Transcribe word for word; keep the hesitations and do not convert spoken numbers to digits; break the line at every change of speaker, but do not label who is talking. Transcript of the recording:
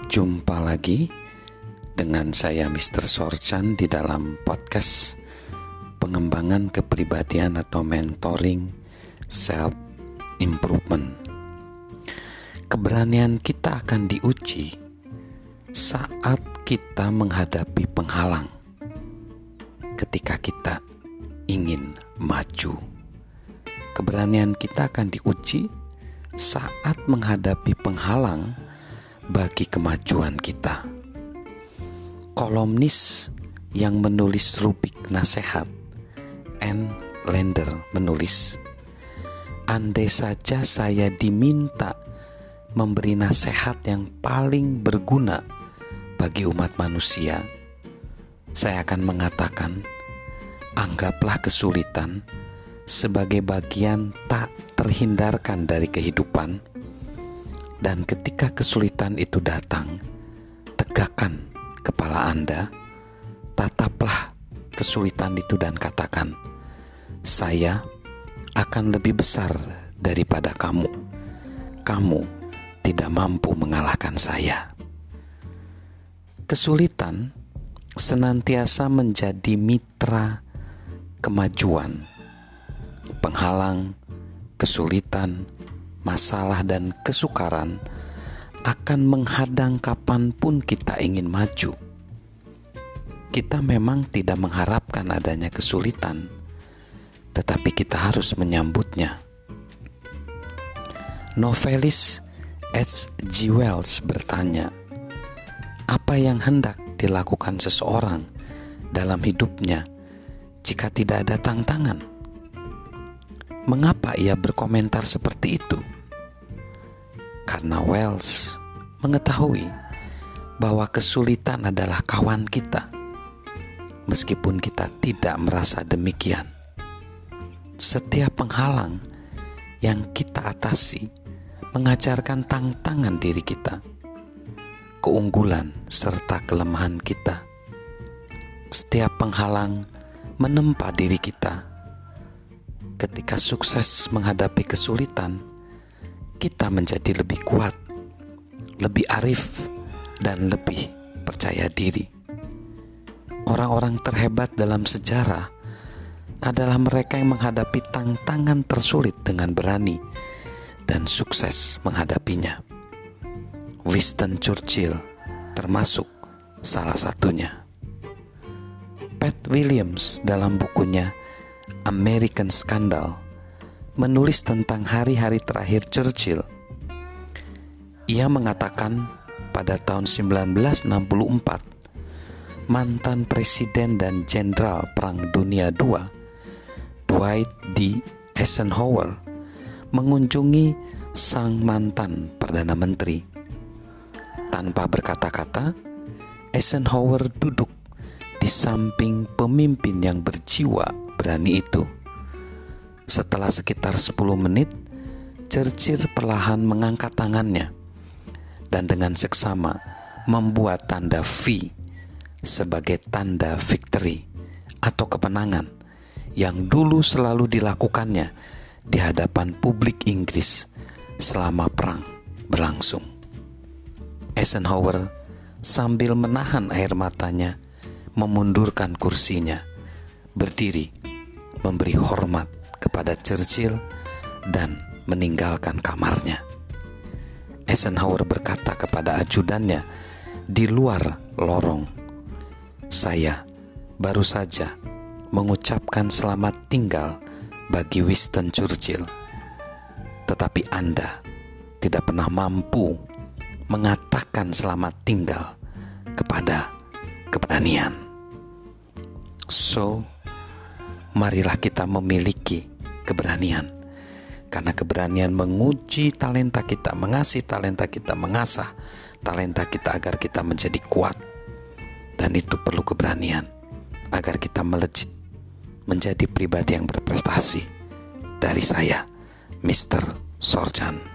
Jumpa lagi dengan saya mister Sorchan di dalam podcast pengembangan kepribadian atau mentoring self improvement. Keberanian kita akan diuji saat kita menghadapi penghalang ketika kita ingin maju. Keberanian kita akan diuji saat menghadapi penghalang bagi kemajuan kita. Kolumnis yang menulis rubrik nasihat, Ann Lander, menulis, andai saja saya diminta memberi nasihat yang paling berguna bagi umat manusia, saya akan mengatakan, anggaplah kesulitan sebagai bagian tak terhindarkan dari kehidupan. Dan ketika kesulitan itu datang, tegakkan kepala Anda, tataplah kesulitan itu dan katakan, saya akan lebih besar daripada kamu. Kamu tidak mampu mengalahkan saya. Kesulitan senantiasa menjadi mitra kemajuan. Penghalang, kesulitan, masalah dan kesukaran akan menghadang kapanpun kita ingin maju. Kita memang tidak mengharapkan adanya kesulitan, tetapi kita harus menyambutnya. Novelis H G Wells bertanya, apa yang hendak dilakukan seseorang dalam hidupnya jika tidak ada tantangan? Mengapa ia berkomentar seperti itu? Karena Wells mengetahui bahwa kesulitan adalah kawan kita, meskipun kita tidak merasa demikian. Setiap penghalang yang kita atasi mengajarkan tantangan diri kita, keunggulan serta kelemahan kita. Setiap penghalang menempa diri kita. Ketika sukses menghadapi kesulitan, kita menjadi lebih kuat, lebih arif, dan lebih percaya diri. Orang-orang terhebat dalam sejarah adalah mereka yang menghadapi tantangan tersulit dengan berani dan sukses menghadapinya. Winston Churchill termasuk salah satunya. Pat Williams dalam bukunya American Scandal menulis tentang hari-hari terakhir Churchill. Ia mengatakan pada tahun sembilan belas enam puluh empat, mantan presiden dan jenderal Perang Dunia kedua, Dwight D. Eisenhower, mengunjungi sang mantan Perdana Menteri. Tanpa berkata-kata, Eisenhower duduk di samping pemimpin yang berjiwa berani itu. Setelah sekitar sepuluh menit, Churchill perlahan mengangkat tangannya dan dengan seksama membuat tanda V sebagai tanda victory atau kemenangan yang dulu selalu dilakukannya di hadapan publik Inggris selama perang berlangsung. Eisenhower sambil menahan air matanya memundurkan kursinya, berdiri memberi hormat kepada Churchill dan meninggalkan kamarnya. Eisenhower berkata kepada ajudannya di luar lorong, saya baru saja mengucapkan selamat tinggal bagi Winston Churchill, tetapi Anda tidak pernah mampu mengatakan selamat tinggal kepada keberanian. So, marilah kita memiliki keberanian, karena keberanian menguji talenta kita, mengasih talenta kita, mengasah talenta kita agar kita menjadi kuat. Dan itu perlu keberanian agar kita melejit menjadi pribadi yang berprestasi. Dari saya, mister Sorchan.